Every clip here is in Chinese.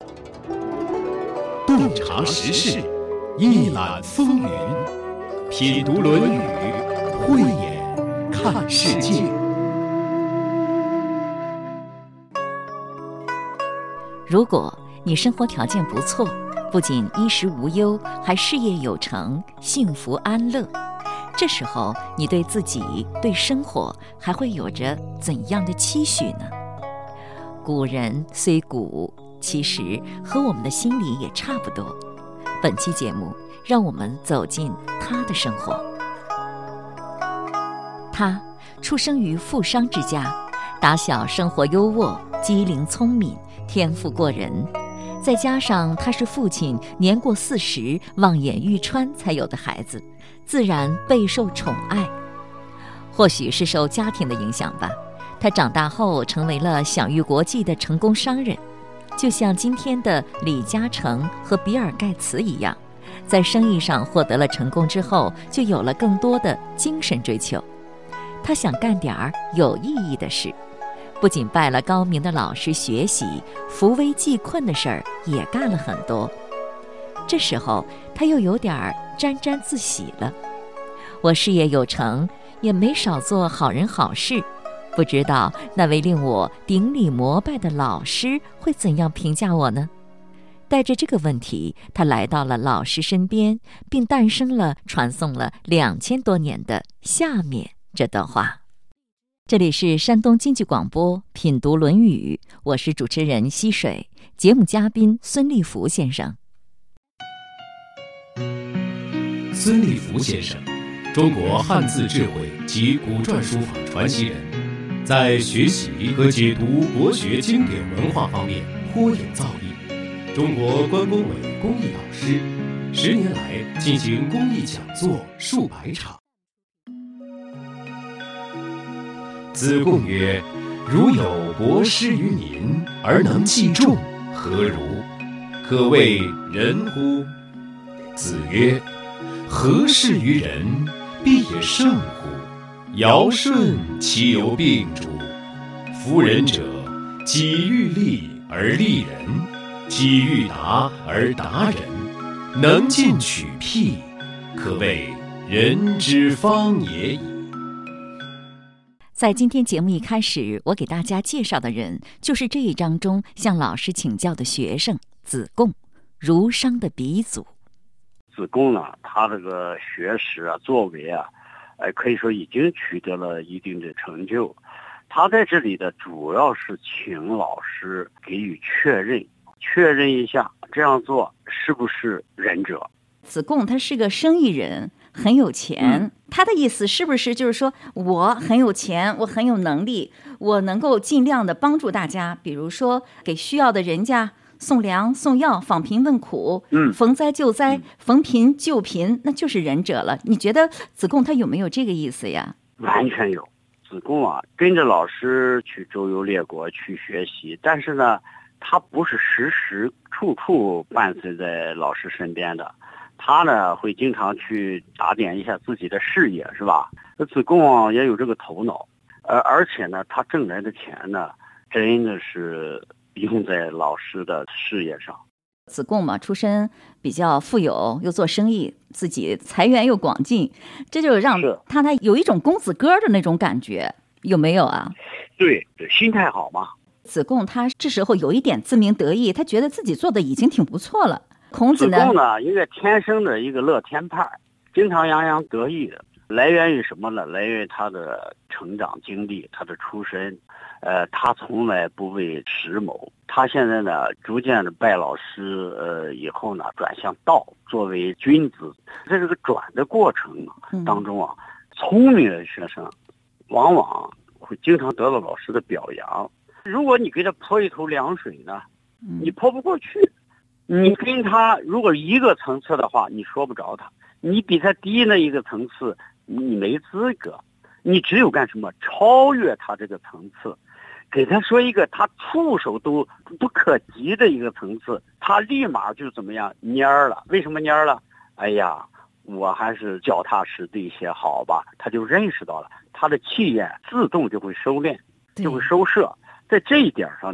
洞察时事，一览风云，品读《论语》，慧眼看世界。 如果你生活条件不错，不仅衣食无忧，还事业有成，幸福安乐，这时候你对自己、对生活还会有着怎样的期许呢？古人虽古，其实和我们的心理也差不多。本期节目，让我们走进他的生活。他出生于富商之家，打小生活优渥，机灵聪明，天赋过人。再加上他是父亲年过40望眼欲穿才有的孩子，自然备受宠爱。或许是受家庭的影响吧，他长大后成为了享誉国际的成功商人，就像今天的李嘉诚和比尔盖茨一样，在生意上获得了成功之后，就有了更多的精神追求。他想干点有意义的事，不仅拜了高明的老师学习，扶危济困的事儿也干了很多。这时候他又有点沾沾自喜了，我事业有成，也没少做好人好事，不知道那位令我顶礼膜拜的老师会怎样评价我呢？带着这个问题，他来到了老师身边，并诞生了传颂了2000多年的下面这段话。这里是山东经济广播品读《论语》，我是主持人溪水，节目嘉宾孙立福先生。 孙立福先生，中国汉字智慧及古篆书法传奇人，在学习和解读国学经典文化方面颇有造诣。中国关工委公益导师，10年来进行公益讲座数百场。子贡曰：“如有博施于民，而能济众，何如？可谓仁乎？”子曰：“何事于人，必也圣乎？尧舜其犹病诸？夫仁者，己欲立而立人，己欲达而达人，能进取辟，可谓人之方也矣。” 在今天节目一开始，我给大家介绍的人就是这一章中向老师请教的学生子贡，儒商的鼻祖。 子贡呢，他这个学识啊、作为啊，可以说已经取得了一定的成就。他在这里的主要是请老师给予确认一下这样做是不是仁者。 子贡他是个生意人，很有钱，他的意思是不是就是说我很有钱，我很有能力，我能够尽量的帮助大家，比如说给需要的人家送粮送药，访贫问苦，逢灾救灾，逢贫救贫，那就是仁者了。你觉得子贡他有没有这个意思呀？ 完全有。子贡啊，跟着老师去周游列国去学习，但是呢，他不是时时处处伴随在老师身边的。他呢会经常去打点一下自己的事业，是吧？子贡啊也有这个头脑，而且呢，他挣来的钱呢，真的是用在老师的事业上。 子贡嘛，出身比较富有，又做生意，自己财源又广进，这就让他有一种公子哥的那种感觉，有没有啊？ 对，心态好嘛。 子贡他这时候有一点自鸣得意，他觉得自己做的已经挺不错了。孔子呢， 子贡呢，一个天生的一个乐天派，经常洋洋得意的，来源于什么呢？来源于他的成长经历，他的出身。他从来不为实谋。他现在呢，逐渐的拜老师，以后呢，转向道，作为君子。在这个转的过程当中啊，聪明的学生往往会经常得到老师的表扬。如果你给他泼一头凉水呢，你泼不过去。你跟他如果一个层次的话，你说不着他；你比他低那一个层次，你没资格。你只有干什么？超越他这个层次，给他说一个他触手都不可及的一个层次，他立马就怎么样蔫了。为什么蔫了？哎呀，我还是脚踏实地些好吧。他就认识到了，他的气焰自动就会收敛，就会收摄。在这一点上呢，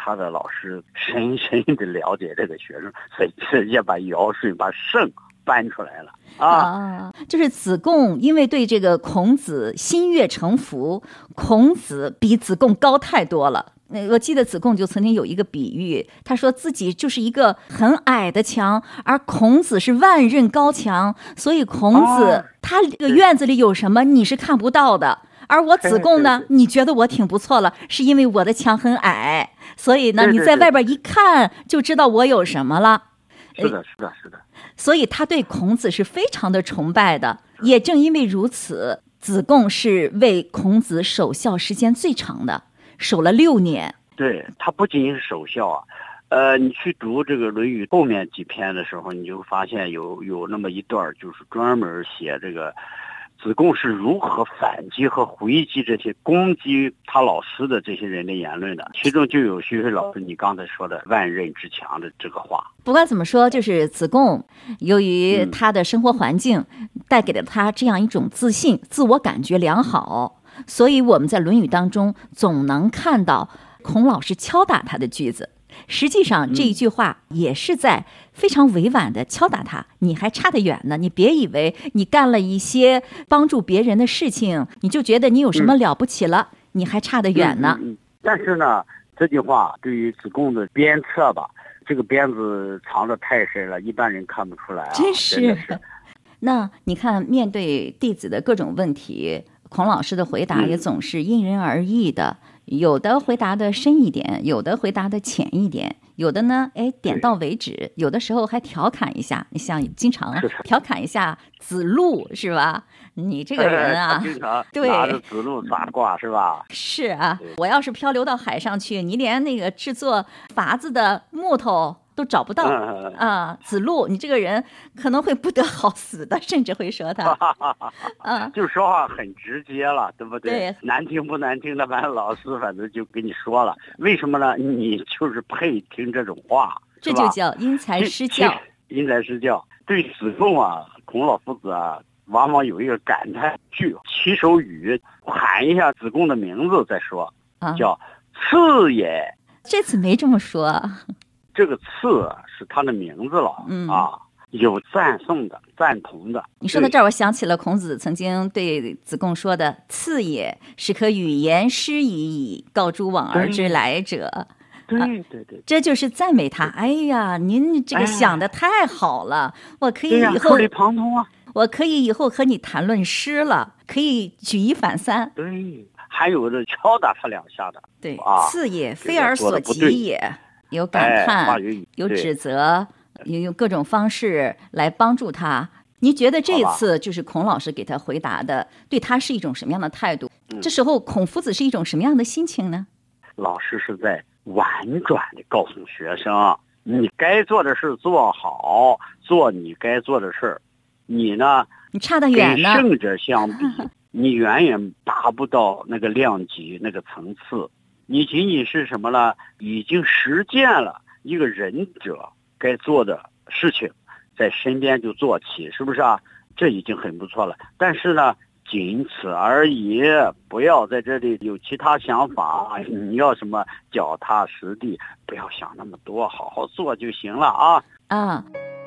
他的老师深深的了解这个学生，所以直接把尧舜把圣搬出来了就是子贡因为对这个孔子心悦诚服，孔子比子贡高太多了。我记得子贡就曾经有一个比喻，他说自己就是一个很矮的墙，而孔子是万仞高墙，所以孔子他这个院子里有什么你是看不到的，而我子贡呢，你觉得我挺不错了，是因为我的墙很矮，所以呢你在外边一看就知道我有什么了。 是的。 所以他对孔子是非常的崇拜的，也正因为如此，子贡是为孔子守孝时间最长的，守了6年。 对，他不仅仅是守孝啊，你去读这个《论语》后面几篇的时候，你就发现有那么一段，就是专门写这个子贡是如何反击和回击这些攻击他老师的这些人的言论的，其中就有徐水老师你刚才说的万仞之墙的这个话。 不管怎么说，就是子贡由于他的生活环境带给了他这样一种自信，自我感觉良好，所以我们在《论语》当中总能看到孔老师敲打他的句子。实际上这一句话也是在非常委婉的敲打他，你还差得远呢，你别以为你干了一些帮助别人的事情你就觉得你有什么了不起了，你还差得远呢。 但是呢，这句话对于子贡的鞭策吧，这个鞭子藏得太深了，一般人看不出来真是。那你看，面对弟子的各种问题，孔老师的回答也总是因人而异的，有的回答的深一点，有的回答的浅一点，有的呢点到为止，有的时候还调侃一下，你像经常调侃一下子路是吧，你这个人啊， 经常对， 拿着子路八卦是吧？ 是啊，我要是漂流到海上去，你连那个制作筏子的木头都找不到子路你这个人可能会不得好死的，甚至会说他就说话很直接了，对不对？ 对， 难听不难听的，反正老师反正就跟你说了，为什么呢？你就是配听这种话， 这就叫因材施教。 因材施教。对子贡啊，孔老夫子啊，往往有一个感叹句，起手语，喊一下子贡的名字再说，叫次也。 这次没这么说。 这个次是他的名字了有赞颂的、赞同的。 你说到这儿，我想起了孔子曾经对子贡说的：“次也，是可语言诗以矣，告诸往而知来者。” 对， 这就是赞美他。哎呀，您这个想的太好了，我可以以后触类旁通啊， 我可以以后和你谈论诗了，可以举一反三。 对，还有的敲打他两下的。 对，次也，非而所及也。有感叹，有指责，有各种方式来帮助他。你觉得这一次就是孔老师给他回答的，对他是一种什么样的态度？这时候孔夫子是一种什么样的心情呢？ 老师是在婉转地告诉学生，你该做的事做好，做你该做的事。你呢？你差得远呢。 跟圣者相比，你远远达不到那个量级、那个层次。你仅仅是什么呢？已经实践了一个仁者该做的事情，在身边就做起，是不是啊？这已经很不错了。但是呢，仅此而已，不要在这里有其他想法。你要什么脚踏实地，不要想那么多，好好做就行了啊。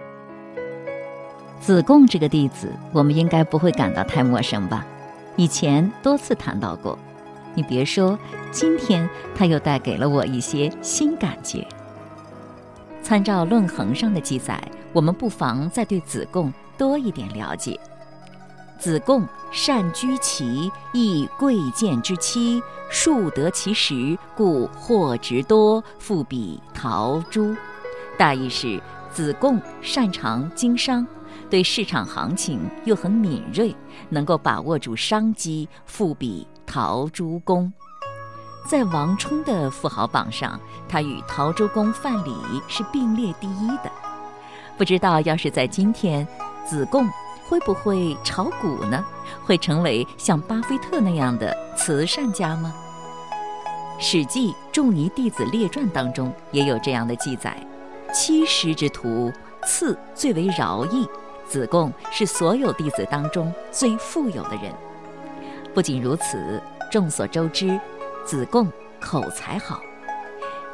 子贡这个弟子，我们应该不会感到太陌生吧？以前多次谈到过。你别说，今天他又带给了我一些新感觉。参照论衡上的记载，我们不妨再对子贡多一点了解。子贡善居其亦贵贱之期，数得其时，故获之多，复比陶朱。大意是子贡擅长经商，对市场行情又很敏锐，能够把握住商机，复比陶朱公。在王充的富豪榜上，他与陶朱公范蠡是并列第一的。不知道要是在今天，子贡会不会炒股呢？会成为像巴菲特那样的慈善家吗？《史记·仲尼弟子列传》当中也有这样的记载：70之徒，次最为饶义。子贡是所有弟子当中最富有的人。不仅如此，众所周知，子贡口才好。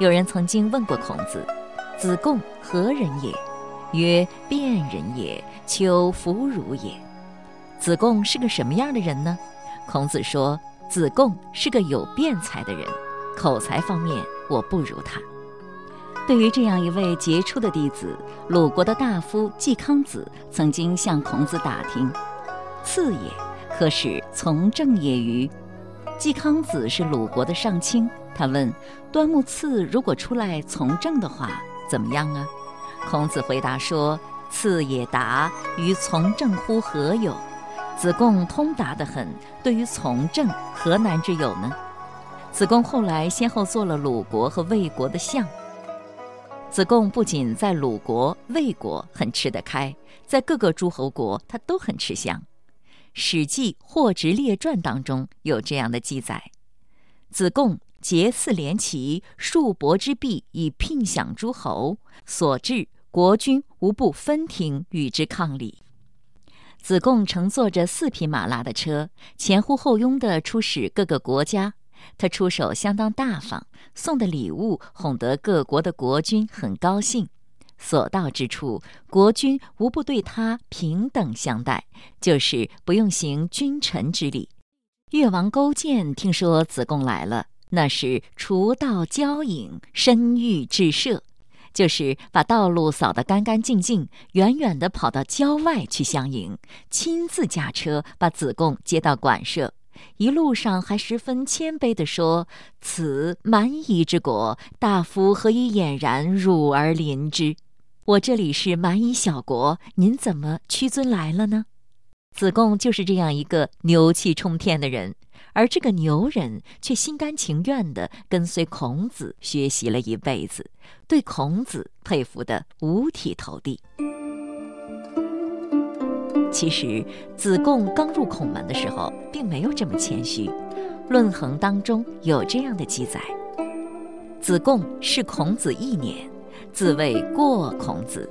有人曾经问过孔子：“子贡何人也？”曰：“辩人也，丘弗如也。”子贡是个什么样的人呢？孔子说，子贡是个有辩才的人，口才方面我不如他。对于这样一位杰出的弟子，鲁国的大夫季康子曾经向孔子打听：“次也，可使从政也于？”季康子是鲁国的上卿，他问：“端木赐如果出来从政的话，怎么样啊？”孔子回答说：“次也达，于从政乎何有？”子贡通达得很，对于从政何难之有呢？子贡后来先后做了鲁国和魏国的相。子贡不仅在鲁国、魏国很吃得开，在各个诸侯国他都很吃香。《史记·霍职列传》当中有这样的记载：子贡结4连旗，数帛之弊，以聘享诸侯，所至国君无不分庭与之抗礼。子贡乘坐着4匹马拉的车，前呼后拥地出使各个国家。他出手相当大方，送的礼物哄得各国的国君很高兴。所到之处，国君无不对他平等相待，就是不用行君臣之礼。越王勾践听说子贡来了，那是除道交引，深欲至舍，就是把道路扫得干干净净，远远地跑到郊外去相迎，亲自驾车把子贡接到馆舍。一路上还十分谦卑地说：“此蛮夷之国，大夫何以俨然辱而临之？我这里是蛮夷小国，您怎么屈尊来了呢？”子贡就是这样一个牛气冲天的人，而这个牛人却心甘情愿地跟随孔子学习了一辈子，对孔子佩服得五体投地。其实子贡刚入孔门的时候并没有这么谦虚，《论衡》当中有这样的记载：子贡是孔子1年，自谓过孔子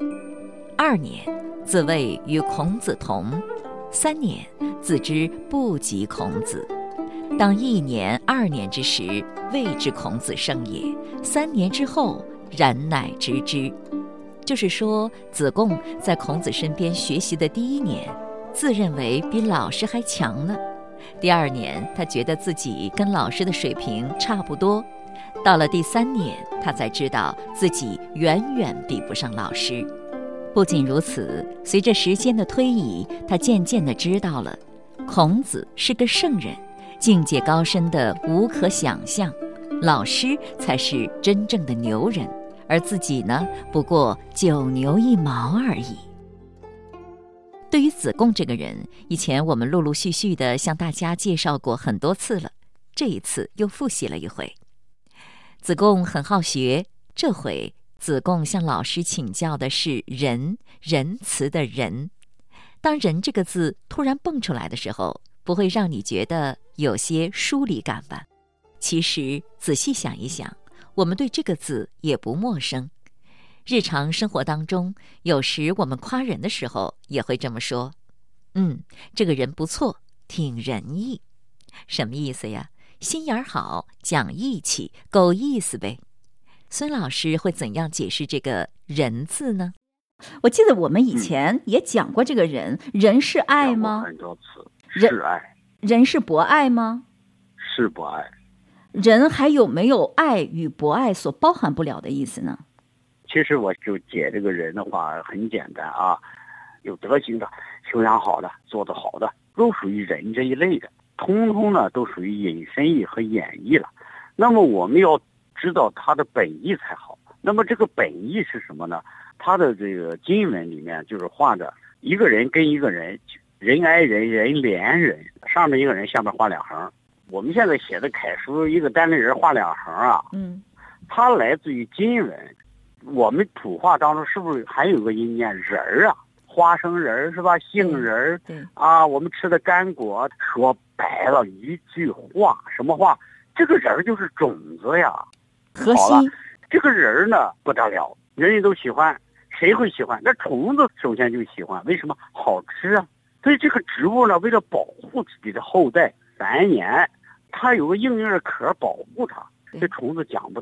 ；2年，自谓与孔子同；3年，自知不及孔子。当1年、2年之时，谓之孔子圣也；3年之后，然乃知之。就是说，子贡在孔子身边学习的第1年，自认为比老师还强呢；第2年，他觉得自己跟老师的水平差不多；到了第3年，他才知道自己远远比不上老师。不仅如此，随着时间的推移，他渐渐地知道了，孔子是个圣人，境界高深的无可想象，老师才是真正的牛人，而自己呢，不过9牛1毛而已。对于子贡这个人，以前我们陆陆续续地向大家介绍过很多次了，这一次又复习了一回。子贡很好学，这回子贡向老师请教的是仁，仁慈的仁。当仁这个字突然蹦出来的时候，不会让你觉得有些疏离感吧？其实仔细想一想，我们对这个字也不陌生。日常生活当中，有时我们夸人的时候也会这么说：“这个人不错，挺仁义。”什么意思呀？心眼好，讲义气，够意思呗。孙老师会怎样解释这个仁字呢？ 我记得我们以前也讲过这个仁，仁是爱吗？ 很多次，是爱。 仁是博爱吗？ 是博爱。 仁还有没有爱与博爱所包含不了的意思呢？ 其实我就解这个人的话很简单啊，有德行的、修养好的、做得好的，都属于仁这一类的，通通呢都属于引申义和演绎了。那么我们要知道它的本意才好。那么这个本意是什么呢？它的这个经文里面就是画着一个人跟一个人，人挨人，人连人，上面一个人，下面画2横。我们现在写的楷书，一个单立人画2横啊，它来自于金文。我们土话当中是不是还有个音念仁儿啊？花生仁是吧？杏仁啊，我们吃的干果。说白了一句话，什么话？这个仁儿就是种子呀， 核心。 这个仁儿呢不得了，人人都喜欢，谁会喜欢？那虫子首先就喜欢，为什么？好吃啊。所以这个植物呢，为了保护自己的后代繁衍，它有个硬硬的壳保护它，这虫子长不动。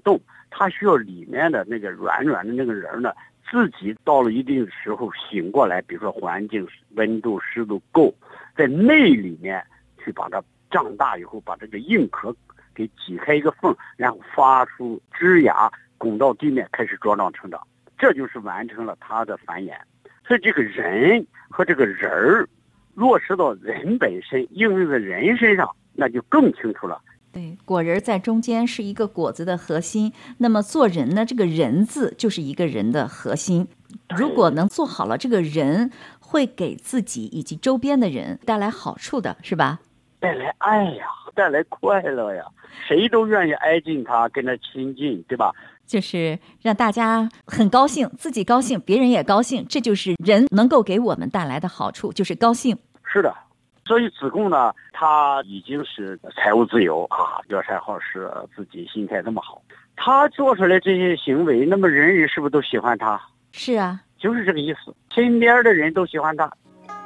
他需要里面的那个软软的那个人呢，自己到了一定时候醒过来，比如说环境温度湿度够，在内里面去把它胀大以后，把这个硬壳给挤开一个缝，然后发出枝芽拱到地面，开始茁壮成长，这就是完成了它的繁衍。所以这个人和这个人儿落实到人本身，应用在人身上，那就更清楚了。 对，果仁在中间是一个果子的核心，那么做人呢，这个人字就是一个人的核心。如果能做好了这个人，会给自己以及周边的人带来好处的，是吧？ 带来爱呀，带来快乐呀，谁都愿意挨近他，跟他亲近，对吧？ 就是让大家很高兴，自己高兴，别人也高兴，这就是人能够给我们带来的好处，就是高兴。 是的，所以子贡呢，他已经是财务自由啊，乐善好施，自己心态那么好，他做出来这些行为，那么人是不是都喜欢他？ 是啊， 就是这个意思，身边的人都喜欢他。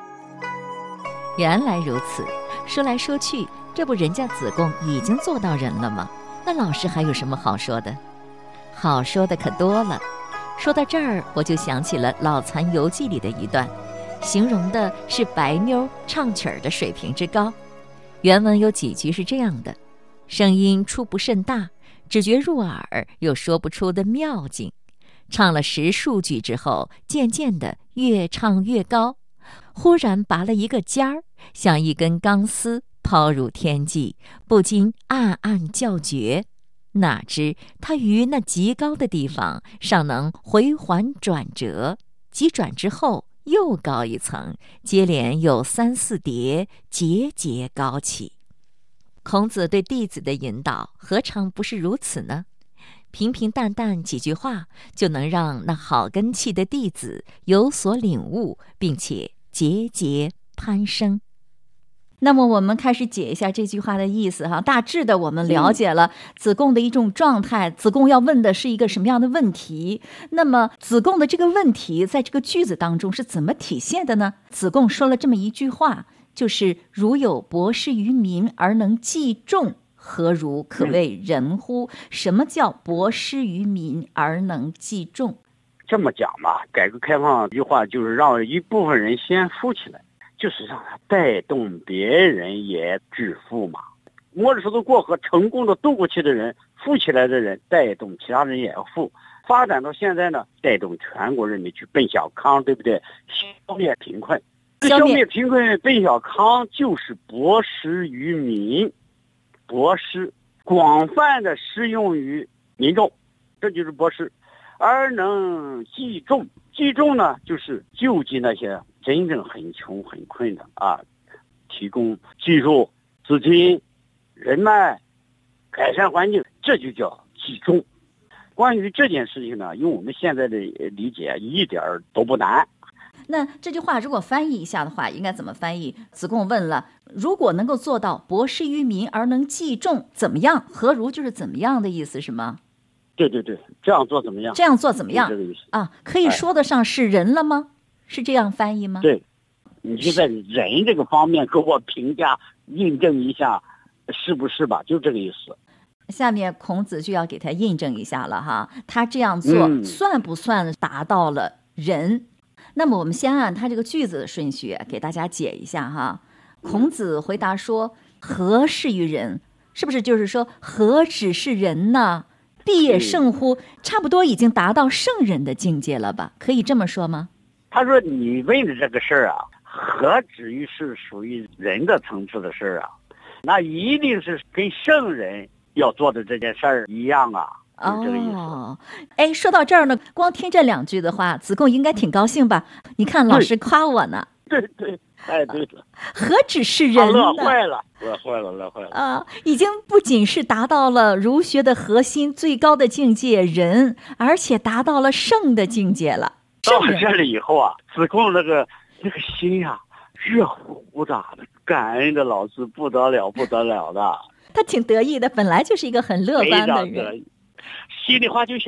原来如此，说来说去，这不人家子贡已经做到人了吗？那老师还有什么好说的？好说的可多了。说到这儿，我就想起了《老残游记》里的一段，形容的是白妞唱曲儿的水平之高。原文有几句是这样的：声音初不甚大，只觉入耳，又说不出的妙境。唱了10数句之后，渐渐的越唱越高，忽然拔了一个尖儿，像一根钢丝抛入天际，不禁暗暗叫绝。哪知他于那极高的地方尚能回环转折，急转之后又高一层，接连有3、4叠，节节高起。孔子对弟子的引导何尝不是如此呢？平平淡淡几句话，就能让那好根气的弟子有所领悟，并且节节攀升。 那么我们开始解一下这句话的意思哈，大致的我们了解了子贡的一种状态，子贡要问的是一个什么样的问题？那么子贡的这个问题在这个句子当中是怎么体现的呢？子贡说了这么一句话，就是如有博施于民而能济众，何如？可谓人乎？什么叫博施于民而能济众？ 这么讲吧，改革开放一句话就是让一部分人先富起来，就是让他带动别人也致富嘛。摸着石头过河，成功的渡过去的人，富起来的人，带动其他人也要富。发展到现在呢，带动全国人民去奔小康，对不对？消灭贫困，消灭贫困奔小康就是博施于民，博施广泛的施用于民众，这就是博施。而能济众，济众呢，就是救济那些真正很穷很困的啊，提供技术、资金、人脉，改善环境，这就叫济众。关于这件事情呢，用我们现在的理解一点都不难。 那这句话如果翻译一下的话，应该怎么翻译？子贡问了，如果能够做到博施于民而能济众，怎么样？何如就是怎么样的意思是吗？ 对对对，这样做怎么样？ 这样做怎么样？ 这个意思啊，可以说得上是人了吗？是这样翻译吗？ 对，你就在人这个方面给我评价印证一下，是不是吧？就这个意思。 下面孔子就要给他印证一下了哈，他这样做算不算达到了人？那么我们先按他这个句子的顺序给大家解一下哈。孔子回答说：“何事于人？”是不是就是说何止是人呢？必也圣乎？差不多已经达到圣人的境界了吧？可以这么说吗？ 他说：“你问的这个事儿啊，何止于是属于人的层次的事儿啊？那一定是跟圣人要做的这件事儿一样啊。”就这个意思。 哦，哎，说到这儿呢，光听这2句的话，子贡应该挺高兴吧？你看老师夸我呢。 对对，哎，对了， 何止是人呢？ 乐坏了，乐坏了，乐坏了啊！已经不仅是达到了儒学的核心最高的境界人，而且达到了圣的境界了。 到了这里以后啊，子贡那个心呀，热乎乎的，感恩的老师不得了，不得了的。 他挺得意的，本来就是一个很乐观的人。 心里话就想，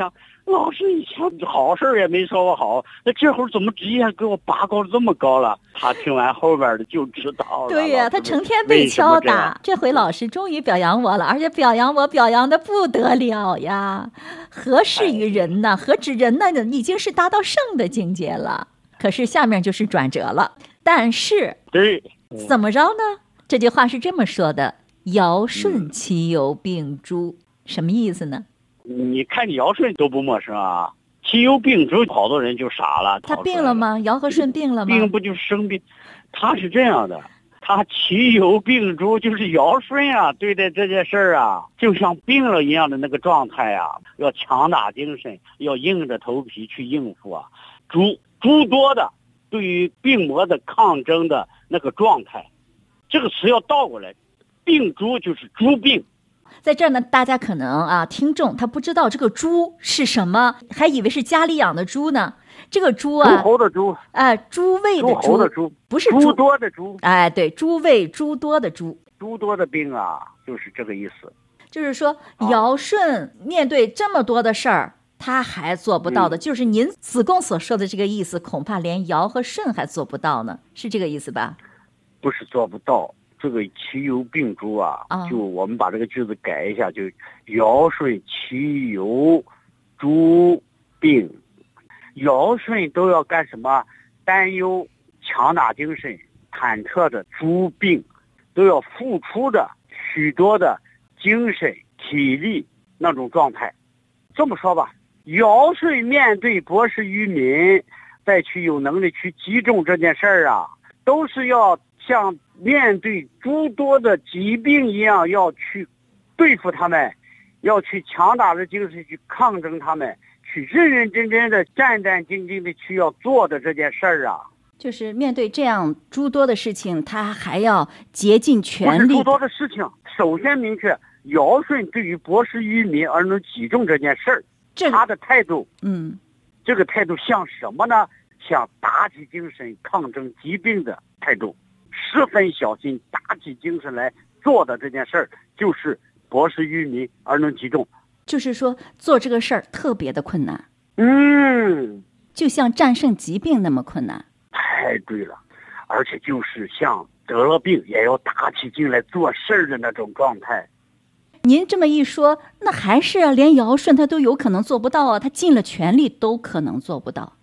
老师以前好事也没说我好，那这会儿怎么直接给我拔高这么高了？他听完后边的就知道了。 对呀，他成天被敲打，这回老师终于表扬我了，而且表扬的不得了呀！何事于人呢？何止人呢？已经是达到圣的境界了。可是下面就是转折了。但是， 对， 怎么着呢？这句话是这么说的：尧舜其犹病诸，什么意思呢？ 你看尧舜都不陌生啊，其犹病诸，好多人就傻了。 他病了吗？尧和舜病了吗？ 病不就是生病？他是这样的，他其犹病诸，就是尧舜啊，对待这件事儿啊，就像病了一样的那个状态啊，要强打精神，要硬着头皮去应付啊。诸多的对于病魔的抗争的那个状态，这个词要倒过来，病诸就是诸病。 在这儿呢，大家可能听众他不知道这个猪是什么，还以为是家里养的猪呢。这个猪啊， 诸侯的猪， 诸位的诸侯的猪， 不是诸多的猪。 对，诸位诸多的猪， 诸多的病啊，就是这个意思。 就是说，尧舜面对这么多的事儿，他还做不到的，就是您子贡所说的这个意思，恐怕连尧和舜还做不到呢，是这个意思吧？ 不是做不到。这个其犹病诸啊，就我们把这个句子改一下，就尧舜其犹诸病。尧舜都要干什么？担忧、强打精神、忐忑的诸病，都要付出的许多的精神、体力那种状态。这么说吧，尧舜面对博施于民，再去有能力去击中这件事儿啊，都是要像面对诸多的疾病一样，要去对付他们，要去强大的精神去抗争他们，去认认真真的、战战兢兢的去要做的这件事儿啊。 就是面对这样诸多的事情，他还要竭尽全力。 不是诸多的事情，首先明确，尧舜对于博施于民而能击中这件事儿，他的态度，这个态度像什么呢？像打起精神抗争疾病的态度。十分小心，打起精神来做的这件事儿，就是博施于民而能击中。 就是说，做这个事儿特别的困难。就像战胜疾病那么困难。 太对了，而且就是像得了病也要打起劲来做事儿的那种状态。 您这么一说，那还是连尧舜他都有可能做不到啊，他尽了全力都可能做不到。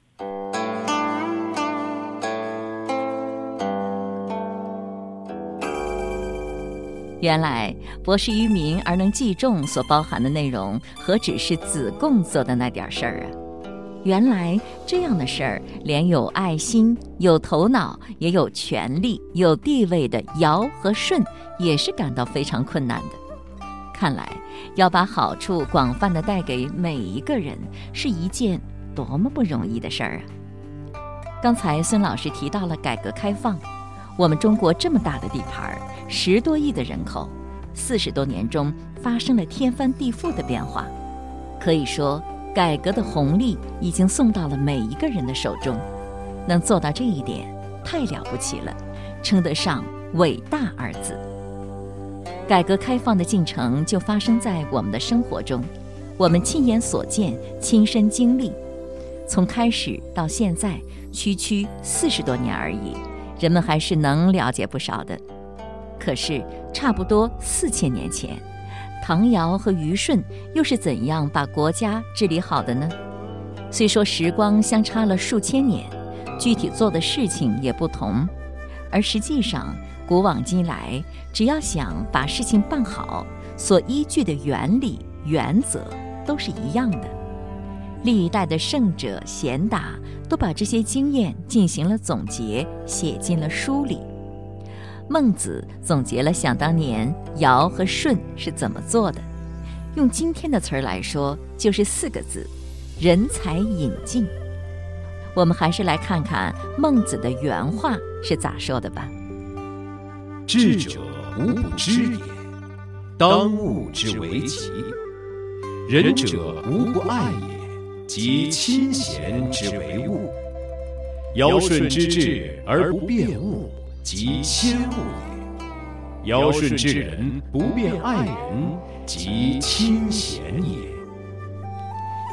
原来博施于民而能击中所包含的内容，何止是子贡做的那点事儿啊！原来这样的事儿，连有爱心、有头脑、也有权力、有地位的尧和舜也是感到非常困难的。看来要把好处广泛地带给每一个人，是一件多么不容易的事儿啊！刚才孙老师提到了改革开放，我们中国这么大的地盘，10多亿的人口，40多年中发生了天翻地覆的变化。可以说，改革的红利已经送到了每一个人的手中。能做到这一点，太了不起了，称得上伟大二字。改革开放的进程就发生在我们的生活中，我们亲眼所见，亲身经历。从开始到现在，区40多年而已，人们还是能了解不少的。可是差不多4000年前，唐尧和虞舜又是怎样把国家治理好的呢？虽说时光相差了数千年，具体做的事情也不同，而实际上古往今来，只要想把事情办好，所依据的原理原则都是一样的。历代的圣者贤达都把这些经验进行了总结，写进了书里。孟子总结了想当年尧和舜是怎么做的，用今天的词儿来说，就是4个字：人才引进。我们还是来看看孟子的原话是咋说的吧。 智者无不知也，当务之为奇；仁者无不爱也，即亲贤之为物。尧舜之治而不变物，即先物也；尧舜之人不变爱人，即亲贤也。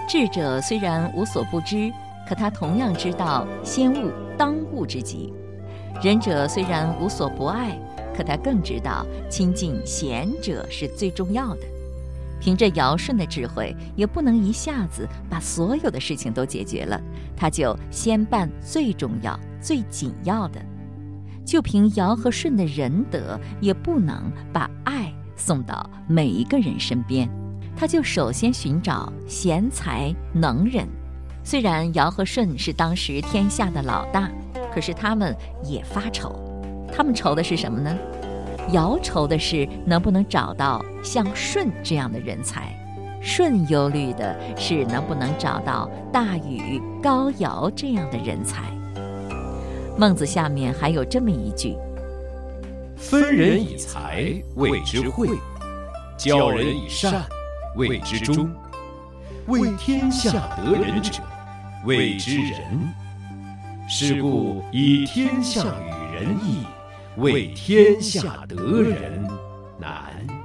智者虽然无所不知，可他同样知道先务当务之急；仁者虽然无所不爱，可他更知道亲近贤者是最重要的。凭着尧舜的智慧，也不能一下子把所有的事情都解决了，他就先办最重要、最紧要的。就凭尧和舜的仁德，也不能把爱送到每一个人身边，他就首先寻找贤才能人。虽然尧和舜是当时天下的老大，可是他们也发愁。他们愁的是什么呢？尧愁的是能不能找到像舜这样的人才，舜忧虑的是能不能找到大禹、高尧这样的人才。孟子下面还有这么一句： 分人以才，谓之惠；教人以善，谓之忠；为天下得人者，谓之仁。是故以天下与人易，为天下得人难。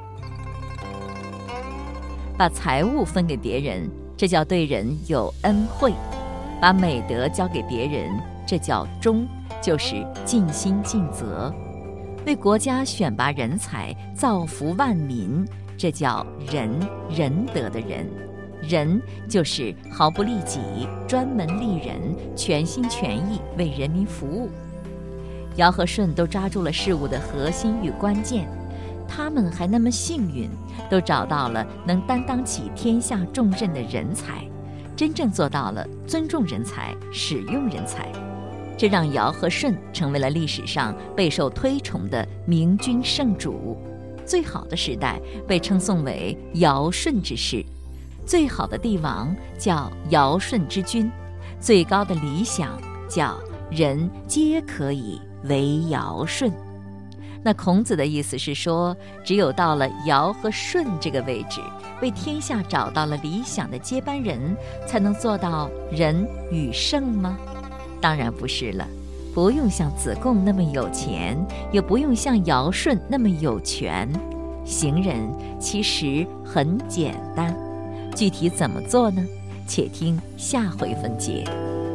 把财物分给别人，这叫对人有恩惠；把美德交给别人，这叫忠，就是尽心尽责。为国家选拔人才，造福万民，这叫仁，仁德的仁。仁就是毫不利己，专门利人，全心全意为人民服务。尧和舜都抓住了事物的核心与关键，他们还那么幸运，都找到了能担当起天下重任的人才，真正做到了尊重人才、使用人才。这让尧和舜成为了历史上备受推崇的明君圣主。最好的时代被称颂为尧舜之世，最好的帝王叫尧舜之君，最高的理想叫人皆可以为尧舜。那孔子的意思是说，只有到了尧和舜这个位置，为天下找到了理想的接班人，才能做到仁与圣吗？当然不是了，不用像子贡那么有钱，也不用像尧舜那么有权。行人其实很简单，具体怎么做呢？且听下回分解。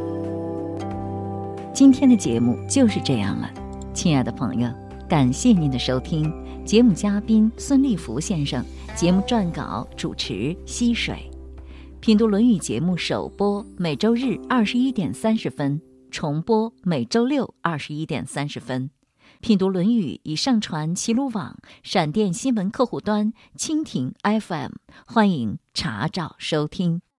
今天的节目就是这样了，亲爱的朋友，感谢您的收听。节目嘉宾孙立福先生，节目撰稿主持溪水。品读《论语》节目首播每周日21点30分，重播每周六21点30分。品读《论语》已上传齐鲁网、闪电新闻客户端、蜻蜓 FM，欢迎查找收听。